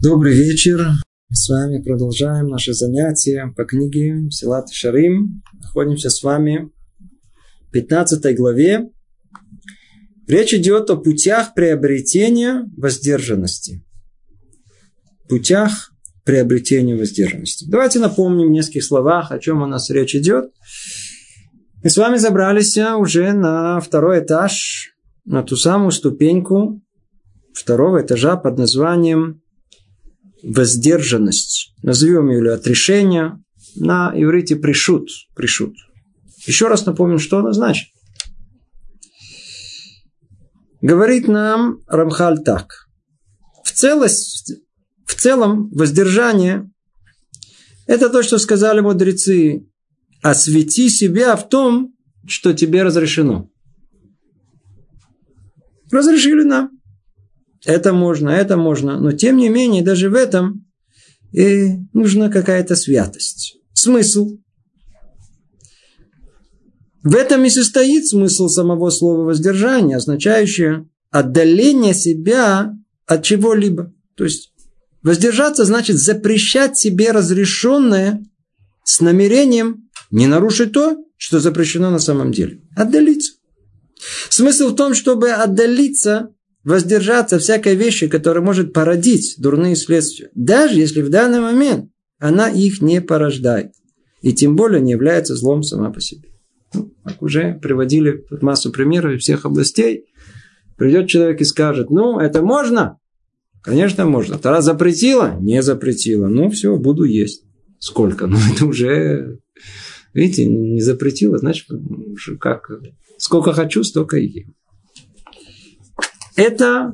Добрый вечер. Мы с вами продолжаем наши занятия по книге Месилат Йешарим. Находимся с вами в 15 главе. Речь идет о путях приобретения воздержанности. Путях приобретения воздержанности. Давайте напомним в нескольких словах, о чем у нас речь идет. Мы с вами забрались уже на второй этаж, на ту самую ступеньку второго этажа под названием воздержанность. Назовем ее отрешение. На иврите пришут. Еще раз напомним, что она значит. Говорит нам Рамхаль так. В целом воздержание – это то, что сказали мудрецы. Освети себя в том, что тебе разрешено. Разрешили нам. Это можно. Но тем не менее, даже в этом нужна какая-то святость. Смысл. В этом и состоит смысл самого слова воздержание, означающее отдаление себя от чего-либо. То есть воздержаться значит запрещать себе разрешенное с намерением не нарушить то, что запрещено на самом деле. Отдалиться. Смысл в том, чтобы отдалиться, воздержаться всякой вещи, которая может породить дурные следствия, даже если в данный момент она их не порождает. И тем более не является злом сама по себе. Как уже приводили массу примеров из всех областей. Придет человек и скажет, это можно? Конечно, можно. Тара запретила? Не запретила. Все, буду есть. Сколько? Это уже, видите, не запретила, значит, как? Сколько хочу, столько и ем. Это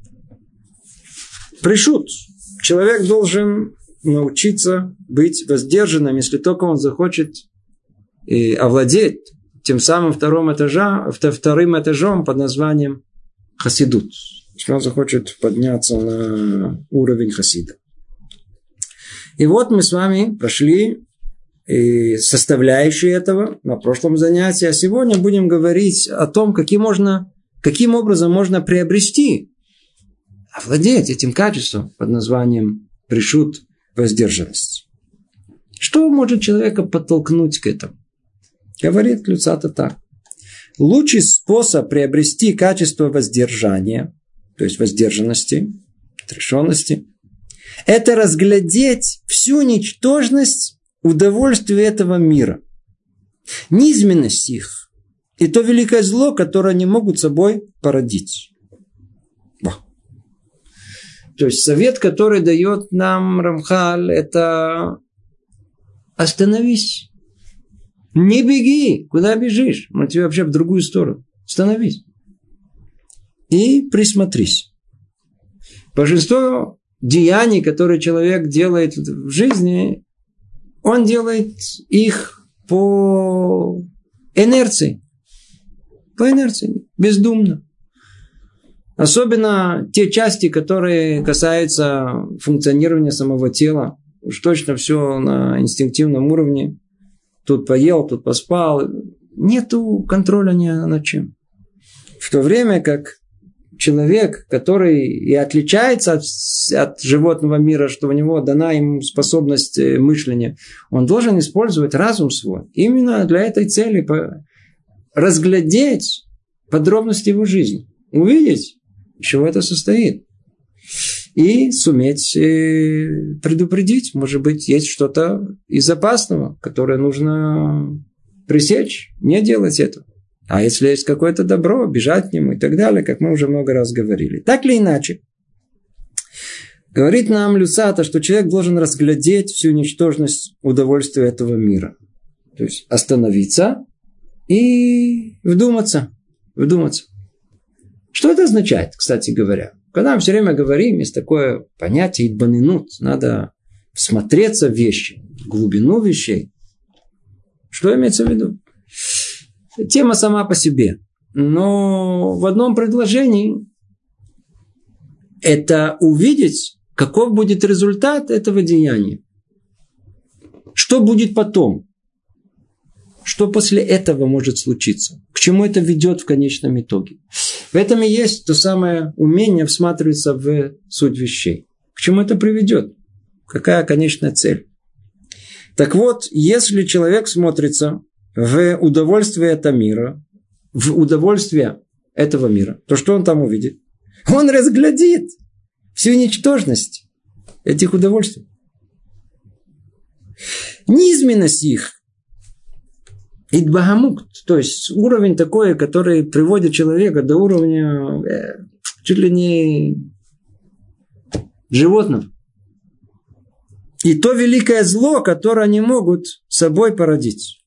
пришут. Человек должен научиться быть воздержанным, если только он захочет овладеть тем самым вторым этажом под названием хасидут. Если он захочет подняться на уровень хасида. И вот мы с вами прошли составляющие этого на прошлом занятии. А сегодня будем говорить о том, каким образом можно приобрести, овладеть этим качеством под названием пришут воздержанность. Что может человека подтолкнуть к этому? Говорит Люцата так. Лучший способ приобрести качество воздержания, то есть воздержанности, отрешенности, это разглядеть всю ничтожность удовольствия этого мира, низменность их, и то великое зло, которое они могут собой породить. То есть совет, который дает нам Рамхаль, это остановись. Не беги. Куда бежишь? Мы тебе вообще в другую сторону. Остановись. И присмотрись. Большинство деяний, которые человек делает в жизни, он делает их по инерции. Бездумно. Особенно те части, которые касаются функционирования самого тела. Уж точно все на инстинктивном уровне. Тут поел, тут поспал. Нету контроля ни над чем. В то время как человек, который и отличается от животного мира, что у него дана ему способность мышления, он должен использовать разум свой. Именно для этой цели разглядеть подробности его жизни. Увидеть, из чего это состоит. И суметь предупредить. Может быть, есть что-то из опасного, которое нужно пресечь. Не делать этого. А если есть какое-то добро, бежать к нему и так далее, как мы уже много раз говорили. Так или иначе, говорит нам Люцата, что человек должен разглядеть всю ничтожность удовольствия этого мира. То есть остановиться и вдуматься. Что это означает, кстати говоря? Когда мы все время говорим, есть такое понятие идбанинут. Надо всмотреться в вещи, в глубину вещей. Что имеется в виду? Тема сама по себе. Но в одном предложении это увидеть, каков будет результат этого деяния. Что будет потом? Что после этого может случиться? К чему это ведет в конечном итоге? В этом и есть то самое умение всматриваться в суть вещей. К чему это приведет? Какая конечная цель? Так вот, если человек смотрится в удовольствие этого мира, то что он там увидит? Он разглядит всю ничтожность этих удовольствий. Низменность их. Идбагамукт, то есть уровень такой, который приводит человека до уровня чуть ли не животного. И то великое зло, которое они могут собой породить.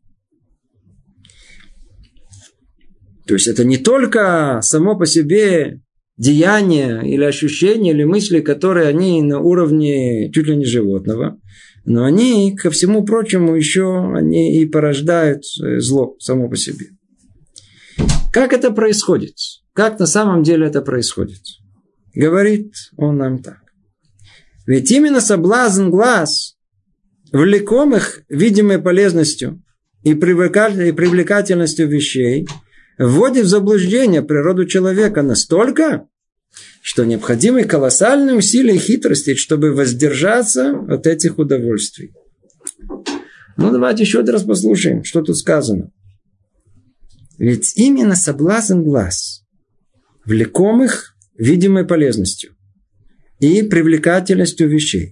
То есть это не только само по себе деяния или ощущения, или мысли, которые они на уровне чуть ли не животного, но они, ко всему прочему, еще они и порождают зло само по себе. Как это происходит? Как на самом деле это происходит? Говорит он нам так. Ведь именно соблазн глаз, влеком их видимой полезностью и привлекательностью вещей, вводит в заблуждение природу человека настолько, что необходимы колоссальные усилия и хитрости, чтобы воздержаться от этих удовольствий. Ну, давайте еще раз послушаем, что тут сказано. Ведь именно соблазн глаз, влеком их видимой полезностью и привлекательностью вещей.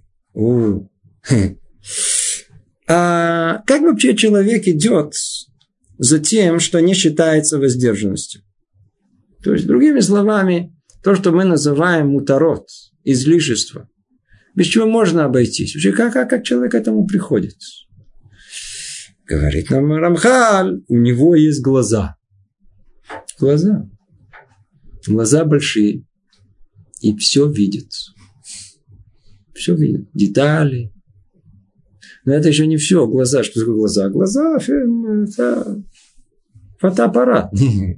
А как вообще человек идет за тем, что не считается воздержанностью? То есть, другими словами, то, что мы называем мутарот, излишество, без чего можно обойтись. Вообще, как человек к этому приходит? Говорит нам Рамхаль, у него есть глаза. Глаза. Глаза большие. И все видит. Все видит. Детали. Но это еще не все. Глаза. Что такое глаза? Глаза это фотоаппарат.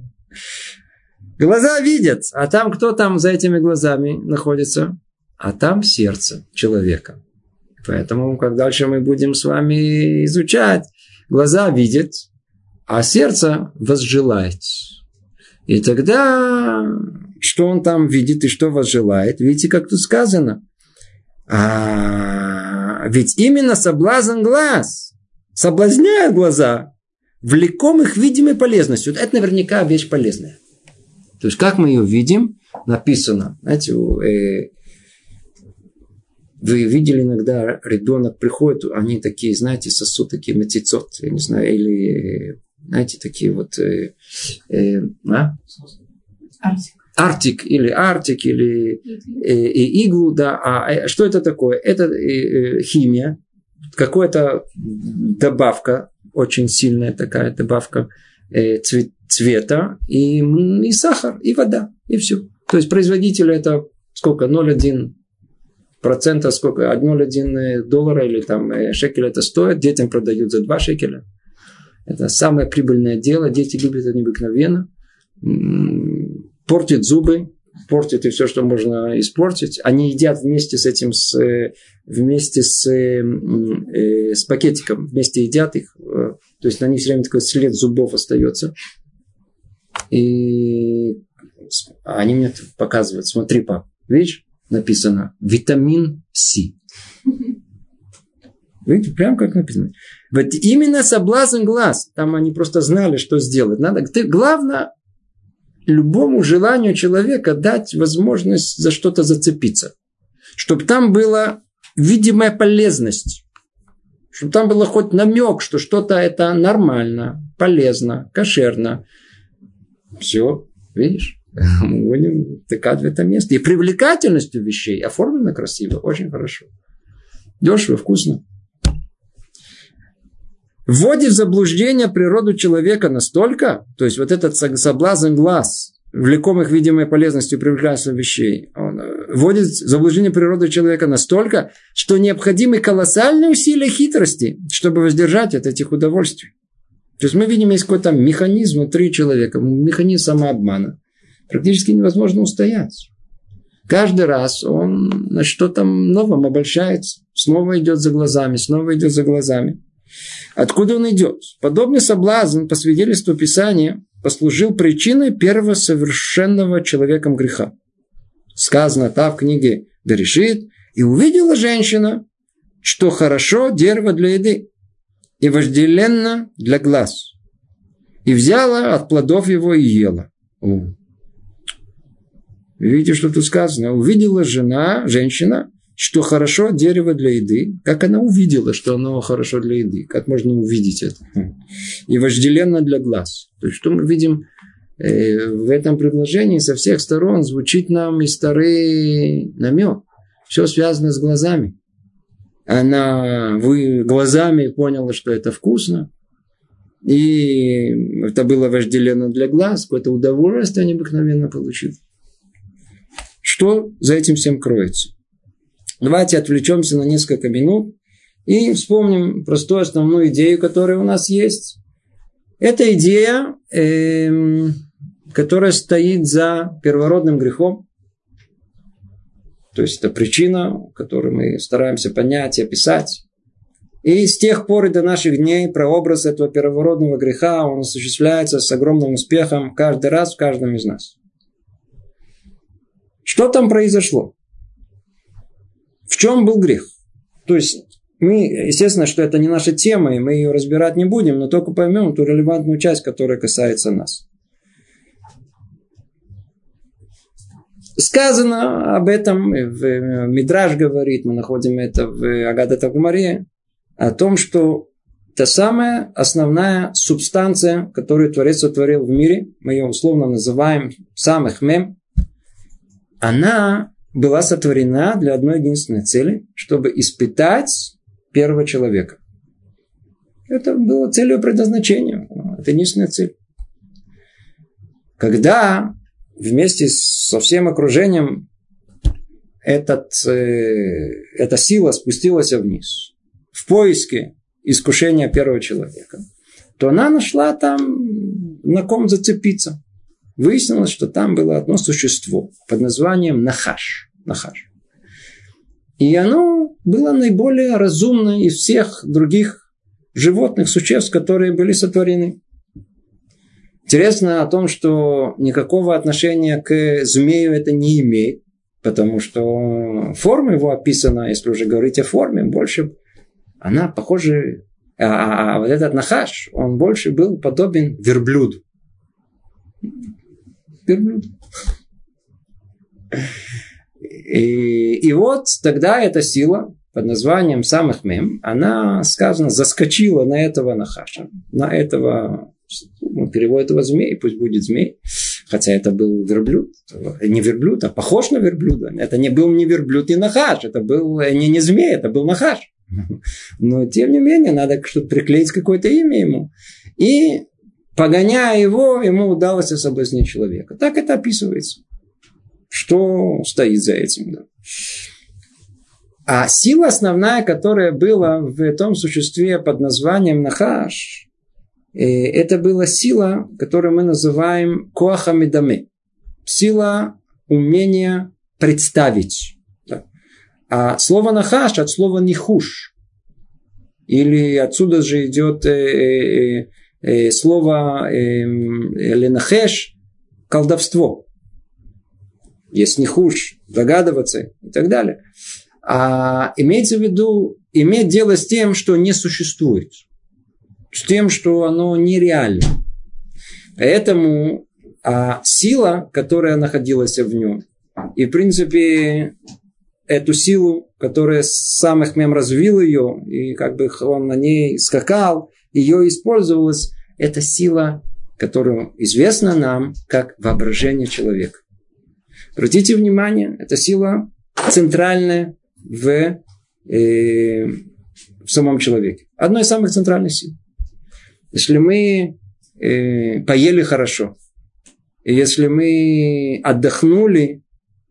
Глаза видят. А там кто там за этими глазами находится? А там сердце человека. Поэтому, как дальше мы будем с вами изучать, глаза видят, а сердце возжелает. И тогда, что он там видит и что возжелает? Видите, как тут сказано? Ведь именно соблазн глаз соблазняет глаза, влеком их видимой полезностью. Это наверняка вещь полезная. То есть, как мы ее видим, написано, знаете, вы видели иногда, ребенок приходит, они такие, знаете, сосут такие матицот, я не знаю, или, знаете, такие вот... Артик, или иглу, да. А что это такое? Это химия, какая-то добавка, очень сильная такая добавка цвета, и сахар, и вода, и все. То есть производитель это сколько? 0,1%, сколько? 0,1 доллара или там шекеля это стоит, детям продают за 2 шекеля. Это самое прибыльное дело, дети любят это необыкновенно. Портит зубы, портит и все, что можно испортить. Они едят вместе с этим, вместе с пакетиком, вместе едят их. То есть на них все время такой след зубов остается. И они мне показывают, смотри, пап, видишь, написано витамин С. Видите, прям как написано. Вот именно соблазн глаз. Там они просто знали, что сделать. Главное, любому желанию человека дать возможность за что-то зацепиться. Чтобы там была видимая полезность. Чтобы там было хоть намек, что что-то это нормально, полезно, кошерно. Все, видишь? Мы будем тыкать в это место. И привлекательностью вещей оформлено красиво, очень хорошо. Дешево, вкусно. Вводит в заблуждение природу человека настолько, то есть вот этот соблазн глаз, влеком их видимой полезностью и привлекательностью вещей, он вводит в заблуждение природу человека настолько, что необходимы колоссальные усилия хитрости, чтобы воздержать от этих удовольствий. То есть мы видим, есть какой-то механизм внутри человека, механизм самообмана. Практически невозможно устоять. Каждый раз он на что-то новом обольщается, снова идет за глазами, снова идет за глазами. Откуда он идет? Подобный соблазн, по свидетельству Писания, послужил причиной первого совершенного человеком греха. Сказано так в книге Берешит: И увидела женщина, что хорошо дерево для еды и вожделенно для глаз. И взяла от плодов его и ела. Видите, что тут сказано? Увидела женщина, что хорошо дерево для еды. Как она увидела, что оно хорошо для еды? Как можно увидеть это? И вожделенно для глаз. То есть, что мы видим в этом предложении со всех сторон, звучит нам и старый намек. Все связано с глазами. Она глазами поняла, что это вкусно. И это было вожделенно для глаз. Какое-то удовольствие необыкновенно получила. Что за этим всем кроется? Давайте отвлечемся на несколько минут и вспомним простую основную идею, которая у нас есть. Это идея, которая стоит за первородным грехом. То есть это причина, которую мы стараемся понять и описать. И с тех пор и до наших дней прообраз этого первородного греха, он осуществляется с огромным успехом каждый раз в каждом из нас. Что там произошло? В чем был грех? То есть, мы, естественно, что это не наша тема, и мы ее разбирать не будем, но только поймем ту релевантную часть, которая касается нас. Сказано об этом, в Мидраш говорит, мы находим это в Агадат ха-Гемаре, о том, что та самая основная субстанция, которую Творец сотворил в мире, мы ее условно называем самых мем, она была сотворена для одной единственной цели, чтобы испытать первого человека. Это было целью предназначения. Это единственная цель. Когда вместе со всем окружением эта сила спустилась вниз в поиске искушения первого человека, то она нашла там на ком зацепиться. Выяснилось, что там было одно существо под названием Нахаш. И оно было наиболее разумное из всех других животных существ, которые были сотворены. Интересно о том, что никакого отношения к змею это не имеет, потому что форма его описана, если уже говорить о форме, больше она похожа, а вот этот Нахаш, он больше был подобен верблюду. И вот тогда эта сила под названием самых мем, она, сказано, заскочила на этого Нахаша, на этого, переводит его змей, пусть будет змей, хотя это был верблюд, не верблюд, а похож на верблюда. Это не был ни верблюд, ни Нахаш, это был не змей, это был Нахаш. Но тем не менее, надо что-то приклеить какое-то имя ему. И погоняя его, ему удалось соблазнить человека. Так это описывается. Что стоит за этим? Да? А сила основная, которая была в том существе под названием Нахаш, это была сила, которую мы называем коах амидаме. Сила умения представить. Да? А слово Нахаш от слова нихуш. Или отсюда же идет слово ленахеш, колдовство. Есть нихуш, догадываться и так далее. А имеется в виду иметь дело с тем, что не существует. С тем, что оно нереально. Поэтому сила, которая находилась в нем, и в принципе эту силу, которая сам Эхмем развил ее, и как бы он на ней скакал, ее использовалась, это сила, которая известна нам как воображение человека. Обратите внимание, это сила центральная в самом человеке. Одна из самых центральных сил. Если мы поели хорошо, и если мы отдохнули,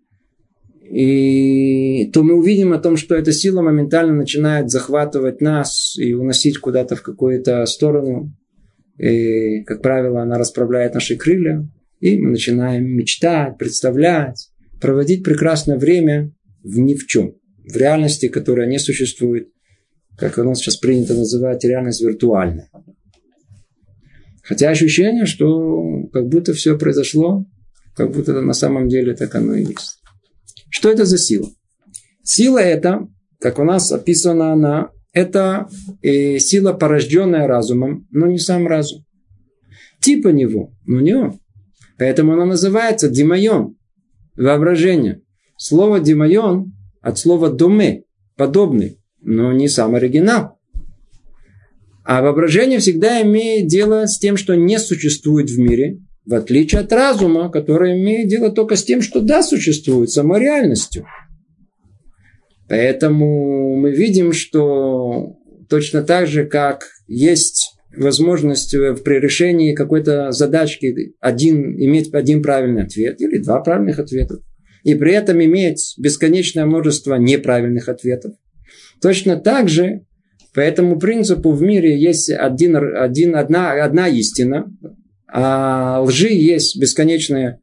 то мы увидим о том, что эта сила моментально начинает захватывать нас и уносить куда-то в какую-то сторону. И, как правило, она расправляет наши крылья, и мы начинаем мечтать, представлять, проводить прекрасное время в ни в чем. В реальности, которая не существует, как у нас сейчас принято называть, реальность виртуальная. Хотя ощущение, что как будто все произошло, как будто на самом деле так оно и есть. Что это за сила? Сила эта, как у нас описана она, это сила, порожденная разумом, но не сам разум. Типа него, но не он. Поэтому она называется димайон, воображение. Слово димайон от слова доме, подобный, но не сам оригинал. А воображение всегда имеет дело с тем, что не существует в мире, в отличие от разума, который имеет дело только с тем, что да, существует, самой реальностью. Поэтому мы видим, что точно так же, как есть возможность при решении какой-то задачки иметь один правильный ответ или два правильных ответа, и при этом иметь бесконечное множество неправильных ответов. Точно так же по этому принципу в мире есть одна истина, а лжи есть бесконечное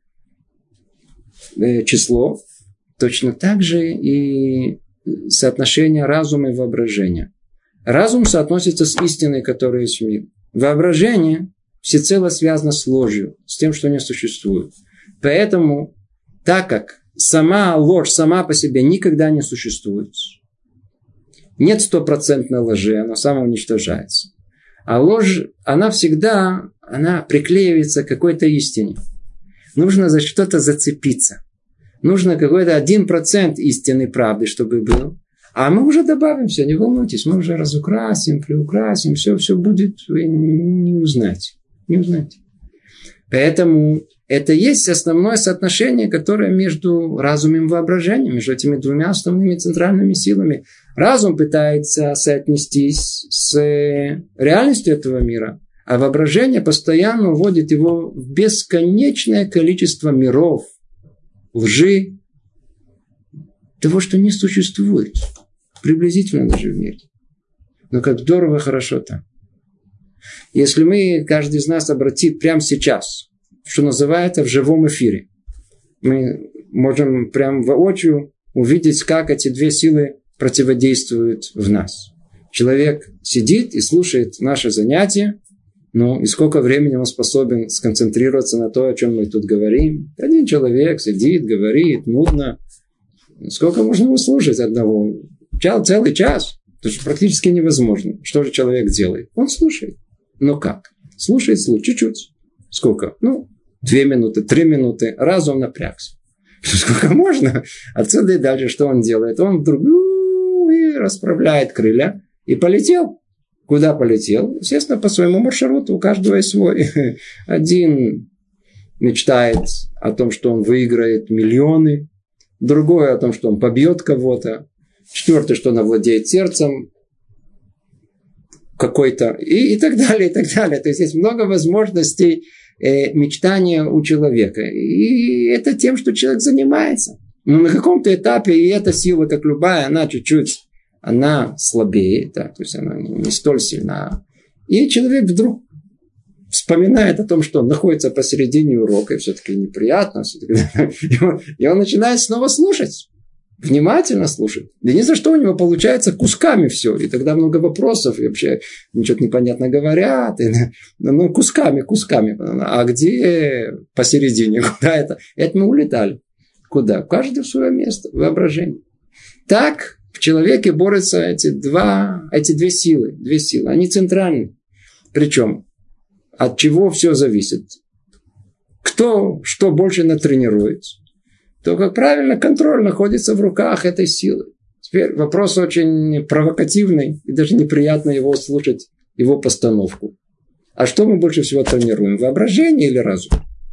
число. Точно так же и соотношение разума и воображения. Разум соотносится с истиной, которая есть в мире. Воображение всецело связано с ложью, с тем, что не существует. Поэтому, так как сама ложь сама по себе никогда не существует, нет стопроцентной лжи, она самоуничтожается. А ложь, она приклеивается к какой-то истине. Нужно за что-то зацепиться. Нужно какой-то 1% истинной правды, чтобы был. А мы уже добавим все, не волнуйтесь, мы уже разукрасим, приукрасим, все будет, вы не узнаете. Не узнаете. Поэтому это есть основное соотношение, которое между разумом и воображением, между этими двумя основными центральными силами. Разум пытается соотнестись с реальностью этого мира, а воображение постоянно уводит его в бесконечное количество миров, лжи, того, что не существует. Приблизительно даже в мире. Но как здорово, хорошо там. Если мы, каждый из нас обратит прямо сейчас, что называется, в живом эфире, мы можем прямо воочию увидеть, как эти две силы противодействуют в нас. Человек сидит и слушает наше занятие, и сколько времени он способен сконцентрироваться на то, о чем мы тут говорим. Один человек сидит, говорит, нудно. Сколько можно его слушать одного? Целый час. Это же практически невозможно. Что же человек делает? Он слушает. Но как? Слушает, чуть-чуть. Сколько? 2 минуты, 3 минуты. Разум напрягся. Сколько можно? Отсюда и дальше что он делает? Он вдруг и расправляет крылья и полетел. Куда полетел? Естественно, по своему маршруту. У каждого есть свой. Один мечтает о том, что он выиграет миллионы. Другой о том, что он побьет кого-то. Четвертый, что он овладеет сердцем какой-то. И так далее, и так далее. То есть, есть много возможностей мечтания у человека. И это тем, что человек занимается. Но на каком-то этапе и эта сила, как любая, она чуть-чуть она слабее. Да, то есть, она не столь сильна. И человек вдруг вспоминает о том, что он находится посередине урока, и все-таки неприятно. И он начинает снова слушать. Внимательно слушать. Да не за что у него получается кусками все. И тогда много вопросов. И вообще ничего непонятно говорят. Кусками. А где посередине? Куда это? Это мы улетали. Куда? Каждый в свое место. Воображение. Так в человеке борются эти две силы. Две силы. Они центральны. Причем от чего все зависит? Кто что больше натренирует, то, как правильно, контроль находится в руках этой силы. Теперь вопрос очень провокативный, и даже неприятно его слушать, его постановку. А что мы больше всего тренируем? Воображение или разум?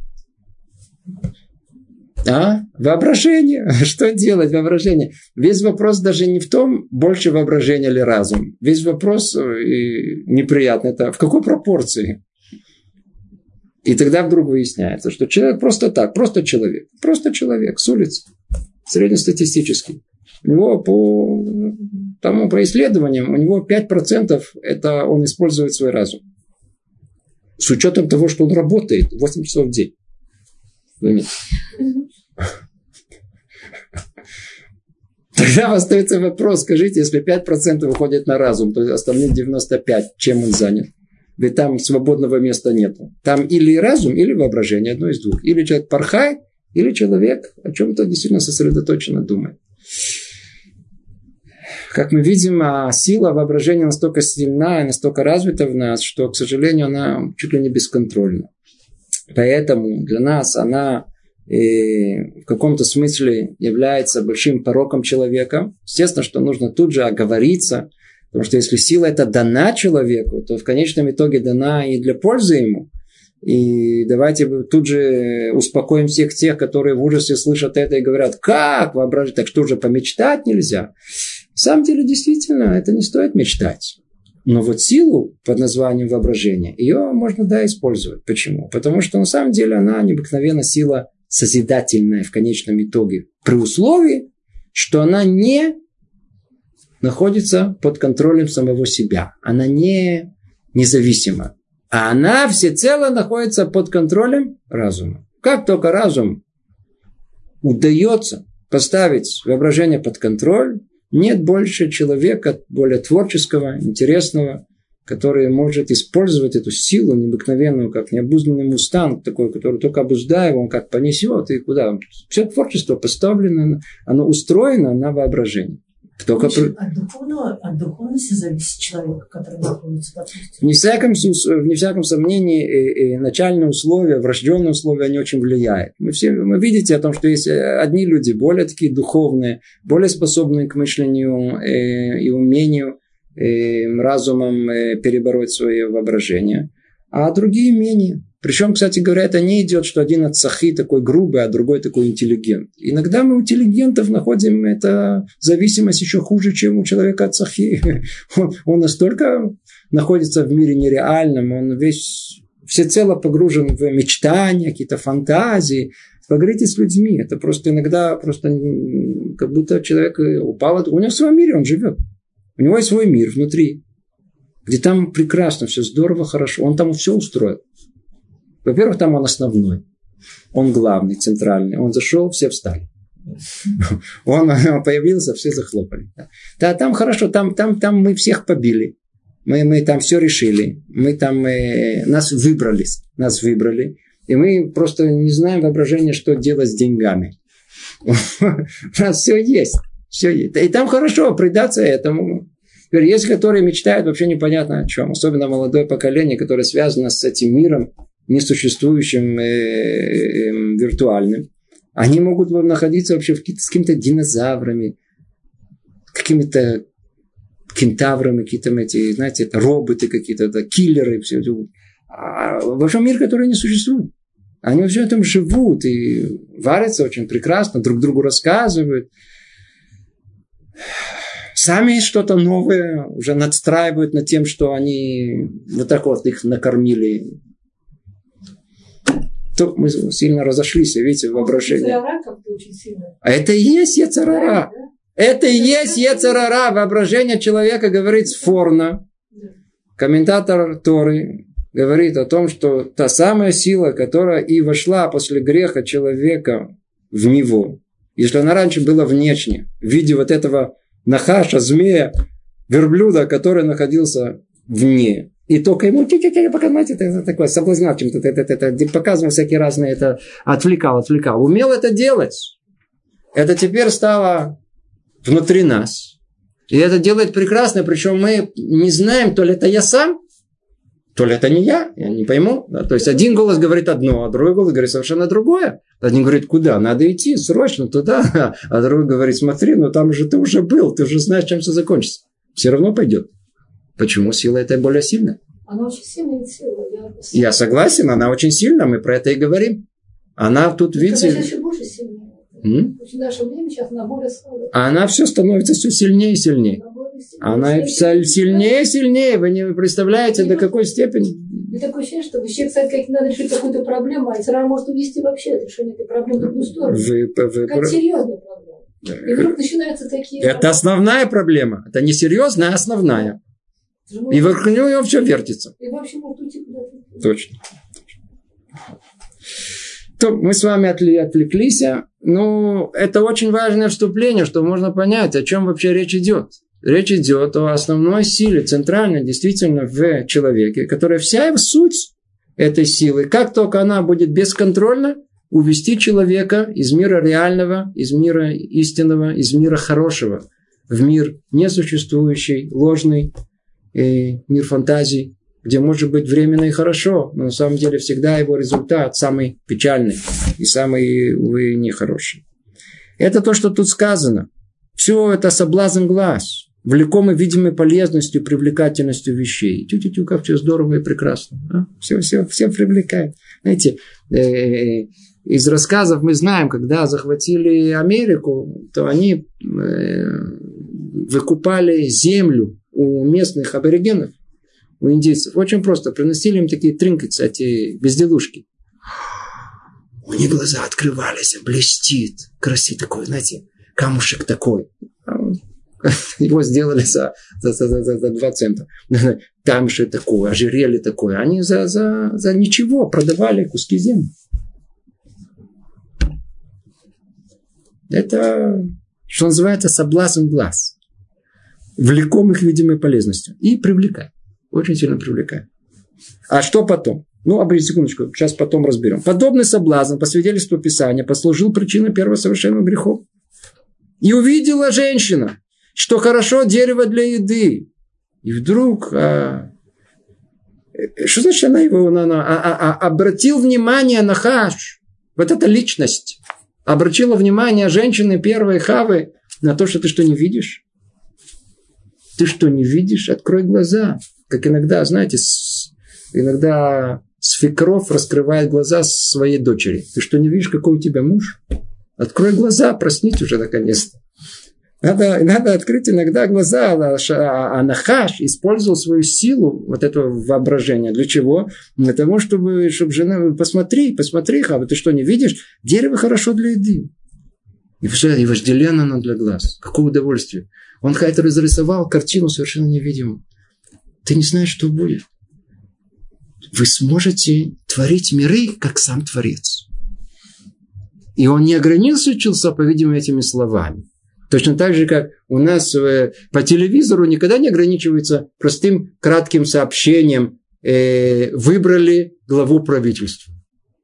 Воображение. Что делать? Воображение. Весь вопрос даже не в том, больше воображения или разум. Весь вопрос неприятный. Это в какой пропорции? И тогда вдруг выясняется, что человек просто так, просто человек с улицы, среднестатистический. У него по исследованиям, у него 5% это он использует свой разум. С учетом того, что он работает 8 часов в день. Тогда остается вопрос, скажите, если 5% выходит на разум, то остальные 95%, чем он занят? Ведь там свободного места нет. Там или разум, или воображение, одно из двух. Или человек порхает, или человек о чем-то действительно сосредоточенно думает. Как мы видим, сила воображения настолько сильна и настолько развита в нас, что, к сожалению, она чуть ли не бесконтрольна. Поэтому для нас она в каком-то смысле является большим пороком человека. Естественно, что нужно тут же оговориться, потому что если сила эта дана человеку, то в конечном итоге дана и для пользы ему. И давайте тут же успокоим всех тех, которые в ужасе слышат это и говорят, как воображать, так что же помечтать нельзя? На самом деле, действительно, это не стоит мечтать. Но вот силу под названием воображения, ее можно, использовать. Почему? Потому что на самом деле она необыкновенная сила созидательная в конечном итоге. При условии, что она не находится под контролем самого себя. Она не независима. А она всецело находится под контролем разума. Как только разум удается поставить воображение под контроль, нет больше человека, более творческого, интересного, который может использовать эту силу необыкновенную, как необузданный мустанг, такой, который только обуздая его, он как понесет, и куда. Все творчество поставлено, оно устроено на воображение. Только от духовности зависит человек, который находится, допустим. Вне всяком сомнении, начальные условия, врожденные условия, они очень влияют. Вы видите о том, что есть одни люди более такие духовные, более способные к мышлению и умению разумом перебороть свое воображение, а другие менее. Причем, кстати говоря, это не идет, что один от сахи такой грубый, а другой такой интеллигент. Иногда мы у интеллигентов находим эту зависимость еще хуже, чем у человека от сахи. Он настолько находится в мире нереальном, он весь всецело погружен в мечтания, какие-то фантазии. Поговорите с людьми. Это просто иногда как будто человек упал. У него в своем мире он живет. У него есть свой мир внутри, где там прекрасно, все здорово, хорошо. Он там все устроил. Во-первых, там он основной. Он главный, центральный. Он зашел, все встали. Он появился, все захлопали. Да, там хорошо, там мы всех побили. Мы там все решили. Мы там нас выбрали. И мы просто не знаем воображения, что делать с деньгами. У нас все есть. И там хорошо предаться этому. Теперь есть, которые мечтают вообще непонятно о чем. Особенно молодое поколение, которое связано с этим миром, несуществующим виртуальным. Они могут находиться вообще с какими-то динозаврами, какими-то кентаврами, какие-то эти, знаете, это роботы какие-то, это киллеры. Все. А во всем мире, который не существует. Они во всем этом живут и варятся очень прекрасно, друг другу рассказывают. Сами что-то новое уже надстраивают над тем, что они вот так вот их накормили. То мы сильно разошлись, видите, в воображении. А это и есть Йецер ара. Это и есть Йецер ара. Воображение человека говорит сфорно. Комментатор Торы говорит о том, что та самая сила, которая и вошла после греха человека в него, если она раньше была внешне, в виде вот этого нахаша, змея, верблюда, который находился вне. И только ему показывать, это такое, соблазнял чем-то, это показывал всякие разные, это отвлекал. Умел это делать. Это теперь стало внутри нас. И это делает прекрасно, причем мы не знаем, то ли это я сам, то ли это не я не пойму. Да? То есть один голос говорит одно, а другой голос говорит совершенно другое. Один говорит, куда? Надо идти срочно туда. А другой говорит, смотри, там же ты уже был, ты уже знаешь, чем все закончится. Все равно пойдет. Почему сила эта более сильная? Она очень сильная сила. Я согласен, она очень сильная, мы про это и говорим. Она тут, видите... Она еще больше сильная. В наше время сейчас она более слабая. Она все становится все сильнее и сильнее. Она сильнее и сильнее. Вы не представляете, до какой степени. И такое ощущение, что человек, как надо решить какую-то проблему, а Йецер ара может увести вообще решение этой проблемы в другую сторону. Как серьезная проблема. И вдруг начинаются такие... Это основная проблема. Это не серьезная, а основная. И вокруг него все вертится. И вообще может уйти куда-то. Точно. То мы с вами отвлеклись. Это очень важное вступление, что можно понять, о чем вообще речь идет. Речь идет о основной силе, центральной, действительно, в человеке, которая вся его суть этой силы, как только она будет бесконтрольна, увести человека из мира реального, из мира истинного, из мира хорошего в мир несуществующий, ложный, мир фантазий, где может быть временно и хорошо, но на самом деле всегда его результат самый печальный и самый, увы, нехороший. Это то, что тут сказано. Все это соблазн глаз, влекомый видимой полезностью, привлекательностью вещей. Тю-тю-тю, как все здорово и прекрасно. А? Все привлекает. Знаете, из рассказов мы знаем, когда захватили Америку, то они выкупали землю у местных аборигенов, у индейцев. Очень просто. Приносили им такие тринкетсы, эти безделушки. У них глаза открывались, блестит, красивый такой, знаете, камушек такой. Его сделали за 2 цента. Камушек такой, ожерелье такое. Они за ничего продавали куски земли. Это, что называется, соблазн глаз. Влеком их видимой полезностью. И привлекает. Очень сильно привлекает. А что потом? Секундочку, сейчас потом разберем. Подобный соблазн, по свидетельству Писания, послужил причиной первого совершенного грехов. И увидела женщина, что хорошо дерево для еды. И вдруг... что значит она его... обратил внимание Нахаш. Вот эта личность. Обратила внимание женщины первой Хавы на то, что ты что, не видишь? Ты что, не видишь? Открой глаза. Как иногда, знаете, иногда свекровь раскрывает глаза своей дочери. Ты что, не видишь, какой у тебя муж? Открой глаза, проснись уже наконец-то. Надо открыть иногда глаза. А Нахаш использовал свою силу, вот этого воображения. Для чего? Для того, чтобы жена... Посмотри, Хава, ты что, не видишь? Дерево хорошо для еды. И вожделенно оно для глаз. Какое удовольствие. Он как-то разрисовал картину совершенно невидимую. Ты не знаешь, что будет. Вы сможете творить миры, как сам Творец. И он не ограничился, по-видимому, этими словами. Точно так же, как у нас по телевизору никогда не ограничивается простым кратким сообщением «выбрали главу правительства».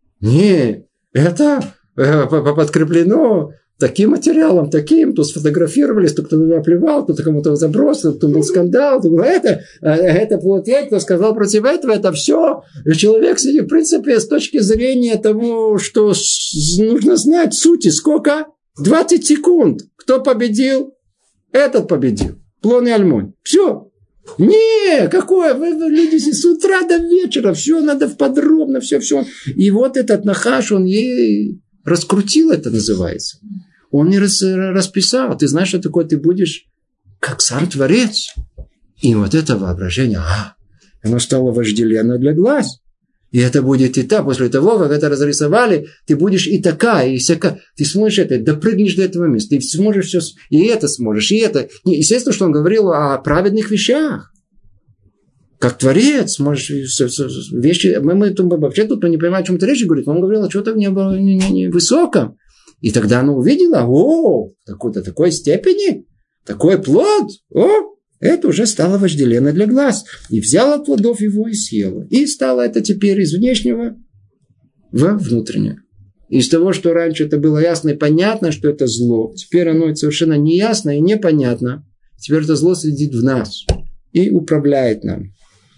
Не, это подкреплено таким материалом, таким, то сфотографировались, то кто-то наплевал, кто-то кому-то забросил, кто был скандал, кто был это плоть, кто сказал против этого, это все. Человек, в принципе, с точки зрения того, что нужно знать сути, сколько? 20 секунд. Кто победил? Этот победил. Плон и Альмонь. Все. Не, какое? Вы люди с утра до вечера. Все надо подробно, все. И вот этот Нахаш, он ей раскрутил, это называется. Он не расписал. Ты знаешь, что такое? Ты будешь как сам Творец. И вот это воображение, оно стало вожделенно для глаз. И это будет и так. После того, как это разрисовали, ты будешь и такая, и всякая. Ты сможешь это, допрыгнешь до этого места. Ты сможешь все, и это сможешь, и это. Естественно, что он говорил о праведных вещах. Как Творец, можешь вещи... Мы вообще тут не понимаем, о чем-то речь говорит. Он говорил о чем-то не высоком. И тогда она увидела, до такой степени, такой плод, это уже стало вожделенно для глаз. И взяла от плодов его и съела. И стало это теперь из внешнего в внутреннее. Из того, что раньше это было ясно и понятно, что это зло, теперь оно совершенно неясно и непонятно. Теперь это зло сидит в нас и управляет нам.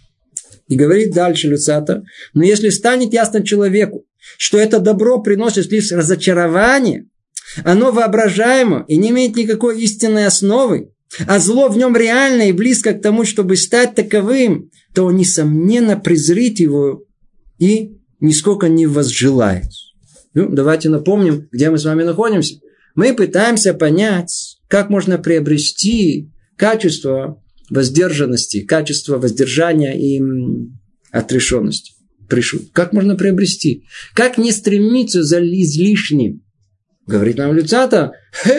И говорит дальше Люцата, но если станет ясно человеку, что это добро приносит лишь разочарование, оно воображаемо и не имеет никакой истинной основы, а зло в нем реально и близко к тому, чтобы стать таковым, то он, несомненно, презрит его и нисколько не возжелает. Давайте напомним, где мы с вами находимся. Мы пытаемся понять, как можно приобрести качество воздержанности, качество воздержания и отрешенности. Как можно приобрести? Как не стремиться за излишним? Говорит нам Люцата,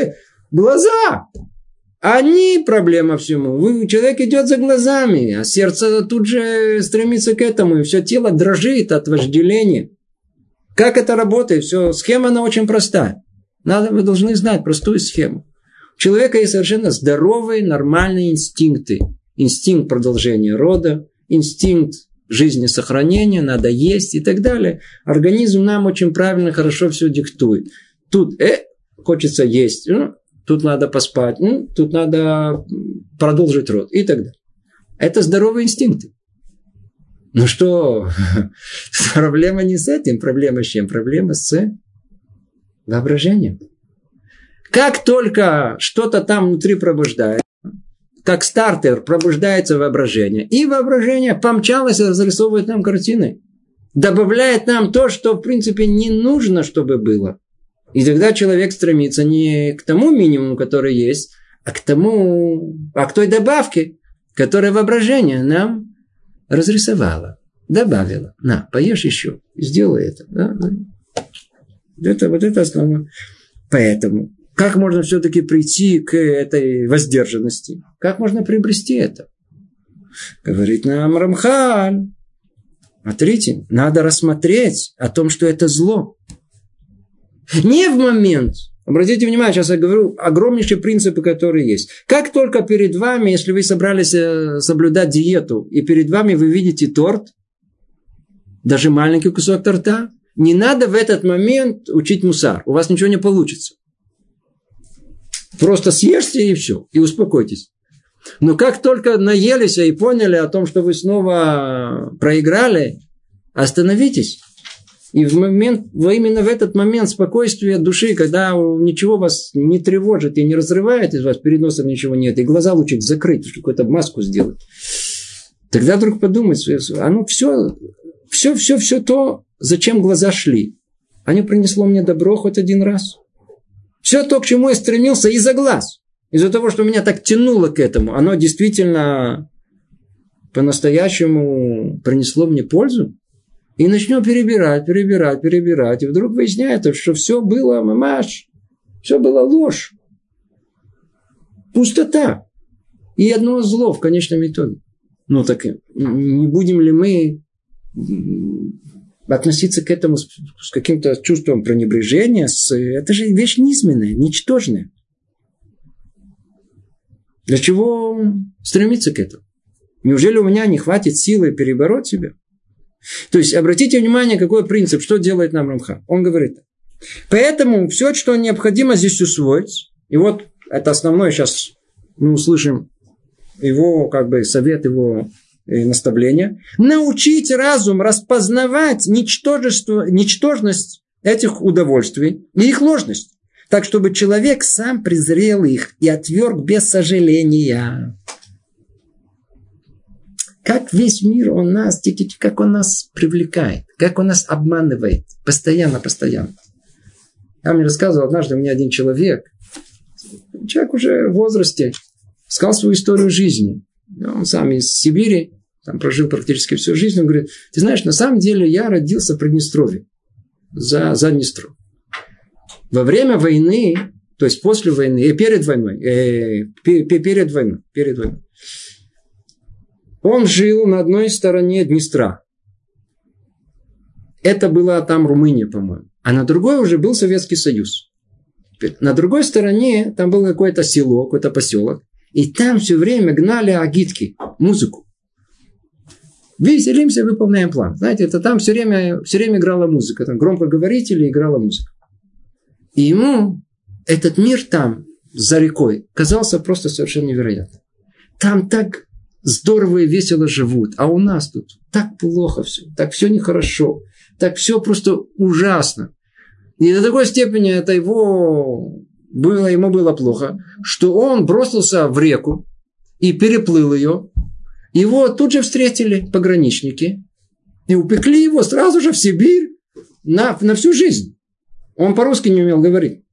глаза! Они проблема всему. Человек идет за глазами, а сердце тут же стремится к этому, и все тело дрожит от вожделения. Как это работает? Все, схема, она очень простая. Вы должны знать простую схему. У человека есть совершенно здоровые, нормальные инстинкты. Инстинкт продолжения рода, инстинкт жизнесохранения, надо есть и так далее. Организм нам очень правильно, хорошо все диктует. Тут хочется есть. тут надо поспать, тут надо продолжить род и так далее. Это здоровые инстинкты. Ну что, проблема не с этим, проблема с чем? Проблема с воображением. Как только что-то там внутри пробуждается, как стартер пробуждается воображение, и воображение помчалось и разрисовывает нам картины, добавляет нам то, что в принципе не нужно, чтобы было. И тогда человек стремится не к тому минимуму, который есть, а к той добавке, которую воображение нам разрисовало, добавило. На, поешь еще, сделай это. Да? Вот это основное. Поэтому, как можно все-таки прийти к этой воздержанности? Как можно приобрести это? Говорит нам Рамхаль. Смотрите, надо рассмотреть о том, что это зло. Не в момент. Обратите внимание, сейчас я говорю огромнейшие принципы, которые есть. Как только перед вами, если вы собрались соблюдать диету, и перед вами вы видите торт, даже маленький кусок торта, не надо в этот момент учить мусар. У вас ничего не получится. Просто съешьте и все, и успокойтесь. Но как только наелись и поняли о том, что вы снова проиграли, остановитесь. И именно в этот момент спокойствия души, когда ничего вас не тревожит и не разрывает из вас, перед носом ничего нет, и глаза лучше закрыть, какую-то маску сделать, тогда вдруг подумать, оно все то, зачем глаза шли, оно принесло мне добро хоть один раз. Все то, к чему я стремился из-за глаз, из-за того, что меня так тянуло к этому, оно действительно по-настоящему принесло мне пользу. И начнем перебирать. И вдруг выясняется, что все было мамаш, все было ложь. Пустота. И одно зло в конечном итоге. Ну так не будем ли мы относиться к этому с каким-то чувством пренебрежения? Это же вещь низменная, ничтожная. Для чего стремиться к этому? Неужели у меня не хватит силы перебороть себя? То есть, обратите внимание, какой принцип, что делает нам Рамхаль. Он говорит, поэтому все, что необходимо здесь усвоить, и вот это основное, сейчас мы услышим его совет, его наставление, научить разум распознавать ничтожность этих удовольствий и их ложность, так, чтобы человек сам презрел их и отверг без сожаления. Как весь мир как он нас привлекает, как он нас обманывает. Постоянно. Я мне рассказывал однажды, у меня один человек уже в возрасте, сказал свою историю жизни. Он сам из Сибири, там прожил практически всю жизнь. Он говорит, ты знаешь, на самом деле я родился в Приднестровье, за Днестром. Во время войны, то есть после войны, перед войной, он жил на одной стороне Днестра. Это была там Румыния, по-моему. А на другой уже был Советский Союз. На другой стороне там было какое-то село, какой-то поселок. И там все время гнали агитки, музыку. Веселимся, выполняем план. Знаете, это там все время играла музыка. Там громкоговорители играла музыка. И ему этот мир там, за рекой, казался просто совершенно невероятным. Там так здорово и весело живут. А у нас тут так плохо все. Так все нехорошо. Так все просто ужасно. И до такой степени это ему было плохо, что он бросился в реку и переплыл ее. Его тут же встретили пограничники. И упекли его сразу же в Сибирь на всю жизнь. Он по-русски не умел говорить.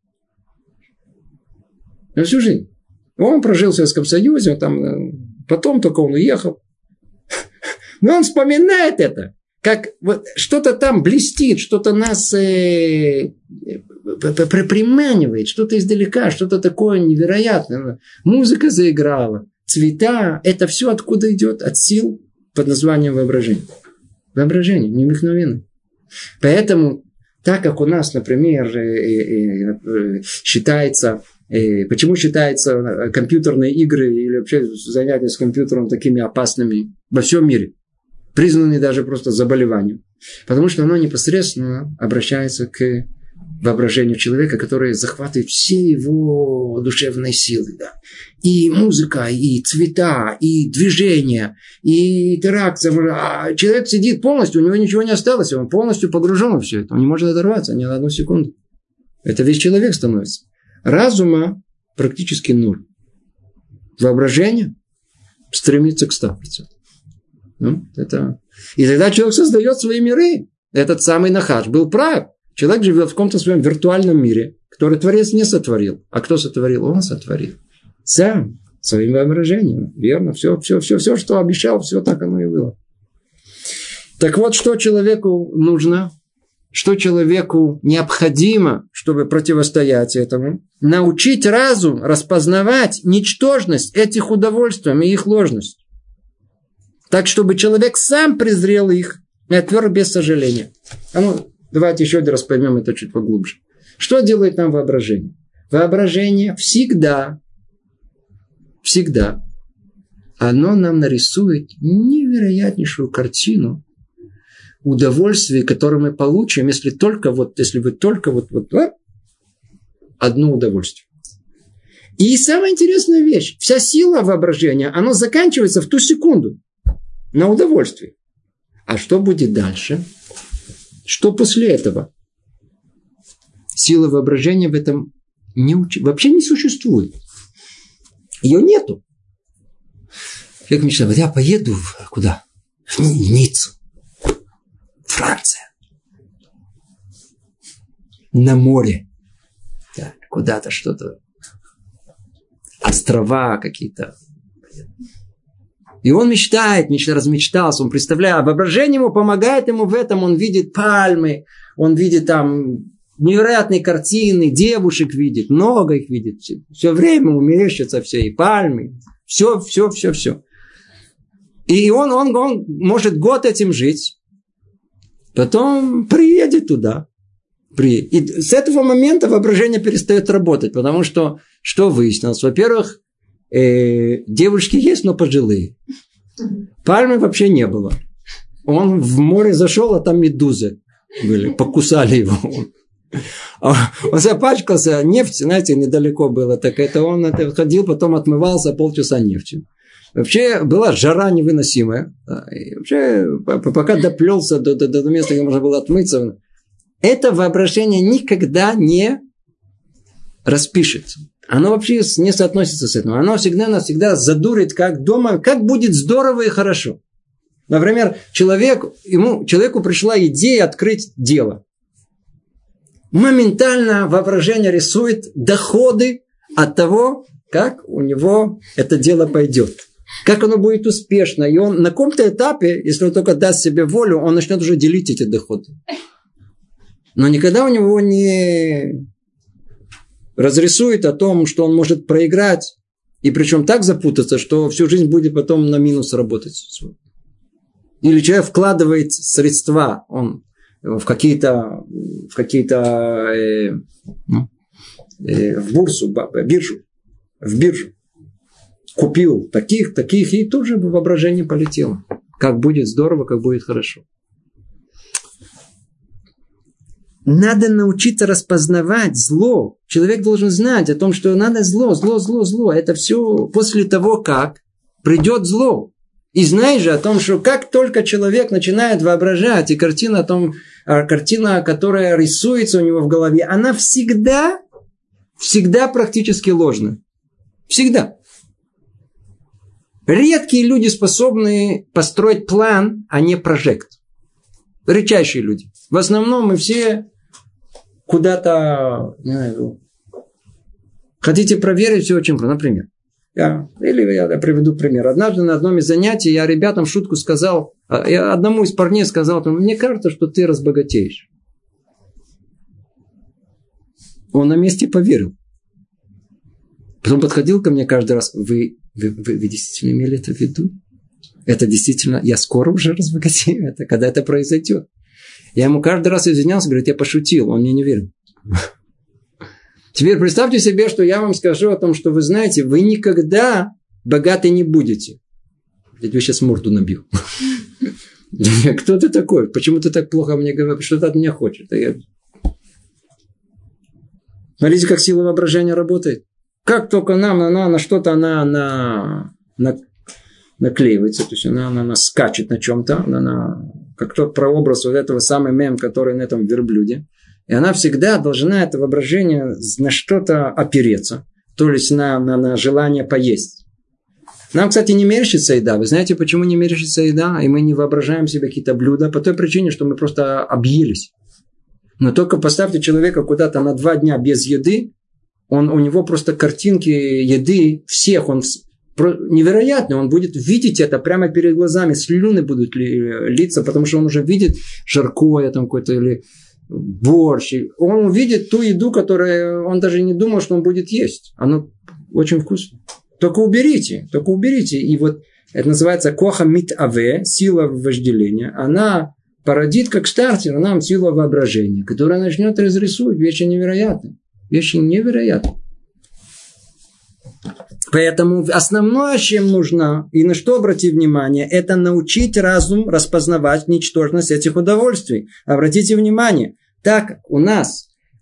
На всю жизнь. Он прожил в Советском Союзе, потом только он уехал. Но он вспоминает это, как вот что-то там блестит, что-то нас приманивает, что-то издалека, что-то такое невероятное. Музыка заиграла, цвета. Это все откуда идет? От сил под названием воображение. Воображение необыкновенное. Поэтому, так как у нас, например, считается... Почему считаются компьютерные игры или вообще занятия с компьютером такими опасными во всем мире? Признаны даже просто заболеванием. Потому что оно непосредственно обращается к воображению человека, которое захватывает все его душевные силы. Да. И музыка, и цвета, и движение, и интеракция. А человек сидит полностью, у него ничего не осталось, он полностью погружен в все это. Он не может оторваться ни на одну секунду. Это весь человек становится. Разума практически ноль. Воображение стремится к 100%. И тогда человек создает свои миры. Этот самый Нахаш был прав. Человек живет в каком-то своем виртуальном мире, который Творец не сотворил. А кто сотворил? Он сотворил. Сам, своим воображением. Верно? Все, что обещал, все так оно и было. Так вот, что человеку нужно, что человеку необходимо, чтобы противостоять этому? Научить разум распознавать ничтожность этих удовольствий и их ложность. Так, чтобы человек сам презрел их и отверг без сожаления. Давайте еще один раз поймем это чуть поглубже. Что делает нам воображение? Воображение всегда, оно нам нарисует невероятнейшую картину удовольствия, которое мы получим, если вы только одно удовольствие. И самая интересная вещь. Вся сила воображения, она заканчивается в ту секунду на удовольствии. А что будет дальше? Что после этого? Сила воображения в этом вообще не существует. Ее нету. Человек мечтает, я поеду куда? В Ниццу. Франция. На море. Да, куда-то что-то. Острова какие-то. И он размечтался, он представляет, а воображение ему помогает ему в этом, он видит пальмы, он видит там невероятные картины, девушек видит, много их видит, все время ему мерещатся все, и пальмы, все. И он может год этим жить, потом приедет туда. И с этого момента воображение перестает работать, потому что выяснилось? Во-первых, девушки есть, но пожилые. Пальмы вообще не было. Он в море зашел, а там медузы были, покусали его. Он запачкался, нефть, знаете, недалеко было. Так это он ходил, потом отмывался полчаса нефтью. Вообще была жара невыносимая. И вообще, пока доплелся до места, где можно было отмыться, это воображение никогда не распишется. Оно вообще не соотносится с этим. Оно нас всегда задурит, как дома, как будет здорово и хорошо. Например, человеку пришла идея открыть дело. Моментально воображение рисует доходы от того, как у него это дело пойдет. Как оно будет успешно. И он на каком-то этапе, если он только даст себе волю, он начнет уже делить эти доходы. Но никогда у него не разрисует о том, что он может проиграть. И причем так запутаться, что всю жизнь будет потом на минус работать. Или человек вкладывает средства он в какие-то в бурсу, в биржу. Купил таких, и тут же воображение полетело. Как будет здорово, как будет хорошо. Надо научиться распознавать зло. Человек должен знать о том, что надо зло. Это все после того, как придет зло. И знаешь же о том, что как только человек начинает воображать, и картина, которая рисуется у него в голове, она всегда практически ложна. Всегда. Редкие люди способны построить план, а не прожект. Редчайшие люди. В основном мы все куда-то, не знаю, хотите проверить, все очень просто. Например, я приведу пример. Однажды на одном из занятий я ребятам в шутку сказал, я одному из парней сказал, мне кажется, что ты разбогатеешь. Он на месте поверил. Потом подходил ко мне каждый раз, вы действительно имели это в виду? Это действительно, я скоро уже разбогатею, когда это произойдет. Я ему каждый раз извинялся, говорит, я пошутил, он мне не верил. Теперь представьте себе, что я вам скажу о том, что вы знаете, вы никогда богаты не будете. Я тебе сейчас морду набил. Кто ты такой? Почему ты так плохо мне говоришь? Что ты от меня хочешь? Смотрите, как сила воображения работает. Как только нам на что-то она наклеивается, то есть она скачет на чем-то, как тот прообраз вот этого самого мем, который на этом верблюде. И она всегда должна, это воображение, на что-то опереться. То есть на желание поесть. Нам, кстати, не мерещится еда. Вы знаете, почему не мерещится еда? И мы не воображаем себе какие-то блюда? По той причине, что мы просто объелись. Но только поставьте человека куда-то на 2 дня без еды, у него просто картинки еды всех, он невероятный, он будет видеть это прямо перед глазами, слюны будут литься, потому что он уже видит жаркое там какое-то или борщ. Он увидит ту еду, которую он даже не думал, что он будет есть. Оно очень вкусно. Только уберите. И вот это называется коха мит аве, сила вожделения. Она породит как стартер нам силу воображения, которая начнет разрисовывать вещи невероятные. Поэтому основное, чем нужно, и на что обратить внимание, это научить разум распознавать ничтожность этих удовольствий. Обратите внимание, так у нас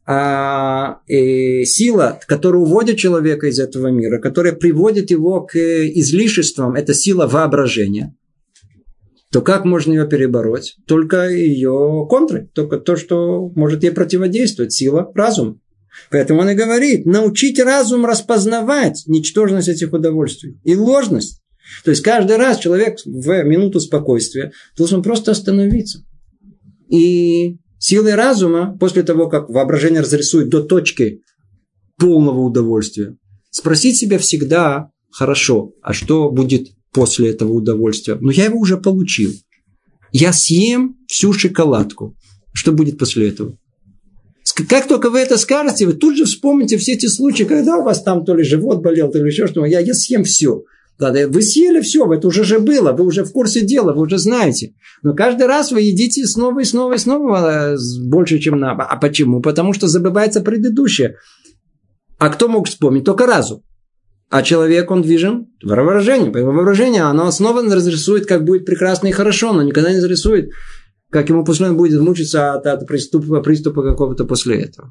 сила, которая уводит человека из этого мира, которая приводит его к излишествам, это сила воображения. То как можно ее перебороть? Только ее контры, только то, что может ей противодействовать, сила разума. Поэтому он и говорит, научить разум распознавать ничтожность этих удовольствий и ложность. То есть каждый раз человек в минуту спокойствия должен просто остановиться. И силой разума, после того, как воображение разрисует до точки полного удовольствия, спросить себя всегда, хорошо, а что будет после этого удовольствия? Но я его уже получил. Я съем всю шоколадку. Что будет после этого? Как только вы это скажете, вы тут же вспомните все эти случаи, когда у вас там то ли живот болел, то ли еще что-то. Я съем все. Да, вы съели все, это уже же было, вы уже в курсе дела, вы уже знаете. Но каждый раз вы едите снова и снова и снова больше, чем надо. А почему? Потому что забывается предыдущее. А кто мог вспомнить? Только разум. А человек, он движен воображением. Воображение, оно снова разрисует, как будет прекрасно и хорошо, но никогда не зарисует, как ему после он будет мучиться от приступа какого-то после этого.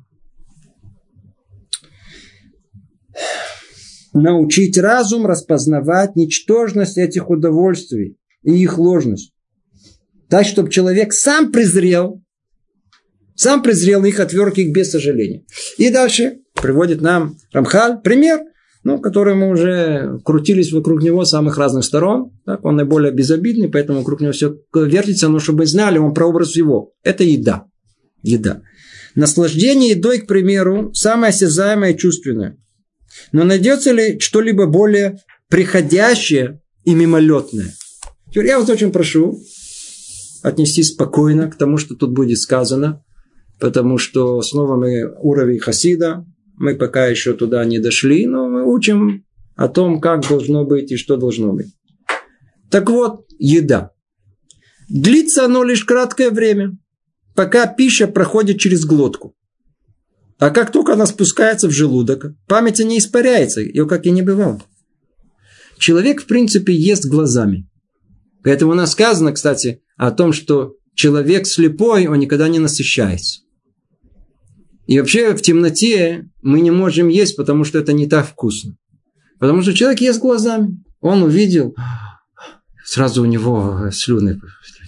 Научить разум распознавать ничтожность этих удовольствий и их ложность. Так, чтобы человек сам презрел их, отверг их без сожаления. И дальше приводит нам Рамхаль пример, который мы уже крутились вокруг него с самых разных сторон. Так, он наиболее безобидный, поэтому вокруг него все вертится, но чтобы знали, он прообраз его. Это еда. Наслаждение едой, к примеру, самое осязаемое и чувственное. Но найдется ли что-либо более приходящее и мимолетное? Теперь я вас очень прошу отнестись спокойно к тому, что тут будет сказано, потому что снова мы уровень хасида, мы пока еще туда не дошли, но мы учим о том, как должно быть и что должно быть. Так вот, еда. Длится оно лишь краткое время, пока пища проходит через глотку. А как только она спускается в желудок, память не испаряется, ее как и не бывало. Человек, в принципе, ест глазами. Поэтому у нас сказано, кстати, о том, что человек слепой, он никогда не насыщается. И вообще в темноте мы не можем есть, потому что это не так вкусно. Потому что человек ест глазами. Он увидел, сразу у него слюны.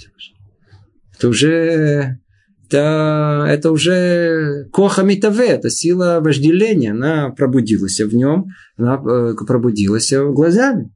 Это уже коха митаве, это сила вожделения. Она пробудилась в нем, она пробудилась глазами.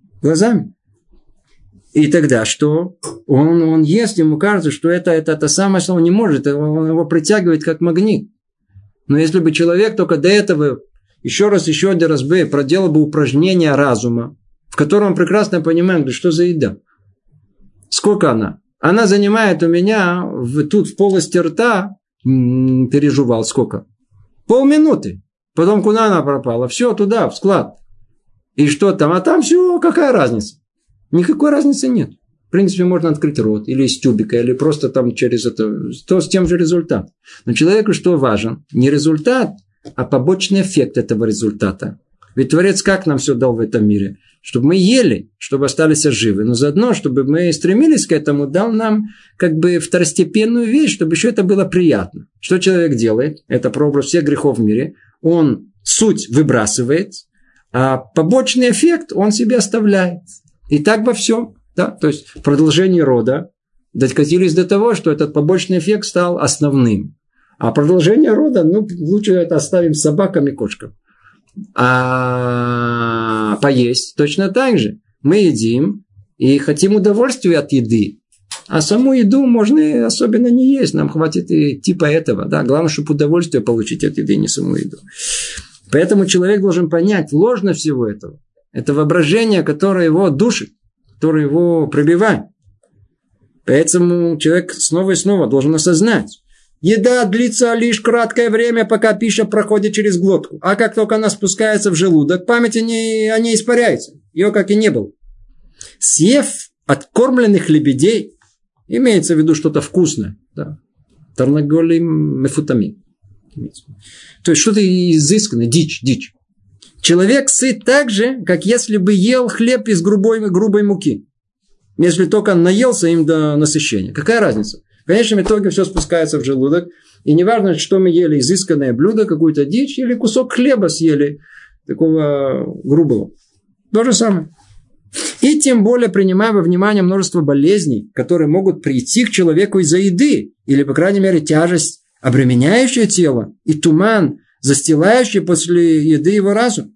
И тогда что? Он ест, ему кажется, что это самое, что он не может, он его притягивает как магнит. Но если бы человек только до этого еще один раз бы проделал бы упражнение разума, в котором он прекрасно понимает, что за еда. Сколько она? Она занимает у меня тут в полости рта, пережевал сколько? Полминуты. Потом куда она пропала? Все туда, в склад. И что там? А там все, какая разница? Никакой разницы нет. В принципе, можно открыть рот, или из тюбика, или просто там через это, то с тем же результатом. Но человеку что важен? Не результат, а побочный эффект этого результата. Ведь Творец как нам все дал в этом мире? Чтобы мы ели, чтобы остались живы. Но заодно, чтобы мы стремились к этому, дал нам как бы второстепенную вещь, чтобы еще это было приятно. Что человек делает? Это прообраз всех грехов в мире. он суть выбрасывает, а побочный эффект он себе оставляет. И так во всем. Да? То есть в продолжении рода докатились до того, что этот побочный эффект стал основным. А продолжение рода, лучше это оставим собакам и кошкам. А поесть точно так же. Мы едим и хотим удовольствия от еды. А саму еду можно особенно не есть. Нам хватит и типа этого. Да? Главное, чтобы удовольствие получить от еды, не саму еду. Поэтому человек должен понять ложность всего этого. Это воображение, которое его душит, которое его пробивает. Поэтому человек снова и снова должен осознать. Еда длится лишь краткое время, пока пища проходит через глотку. А как только она спускается в желудок, память о ней испаряется. Ее как и не было. Съев откормленных лебедей, имеется в виду что-то вкусное. Да. Тарнаголим мефутамин. То есть что-то изысканное, дичь. Человек сыт так же, как если бы ел хлеб из грубой муки. Если только он наелся им до насыщения. Какая разница? В конечном итоге все спускается в желудок. И неважно, что мы ели, изысканное блюдо, какую-то дичь, или кусок хлеба съели, такого грубого. То же самое. И тем более, принимая во внимание множество болезней, которые могут прийти к человеку из-за еды, или, по крайней мере, тяжесть, обременяющая тело, и туман, застилающий после еды его разум.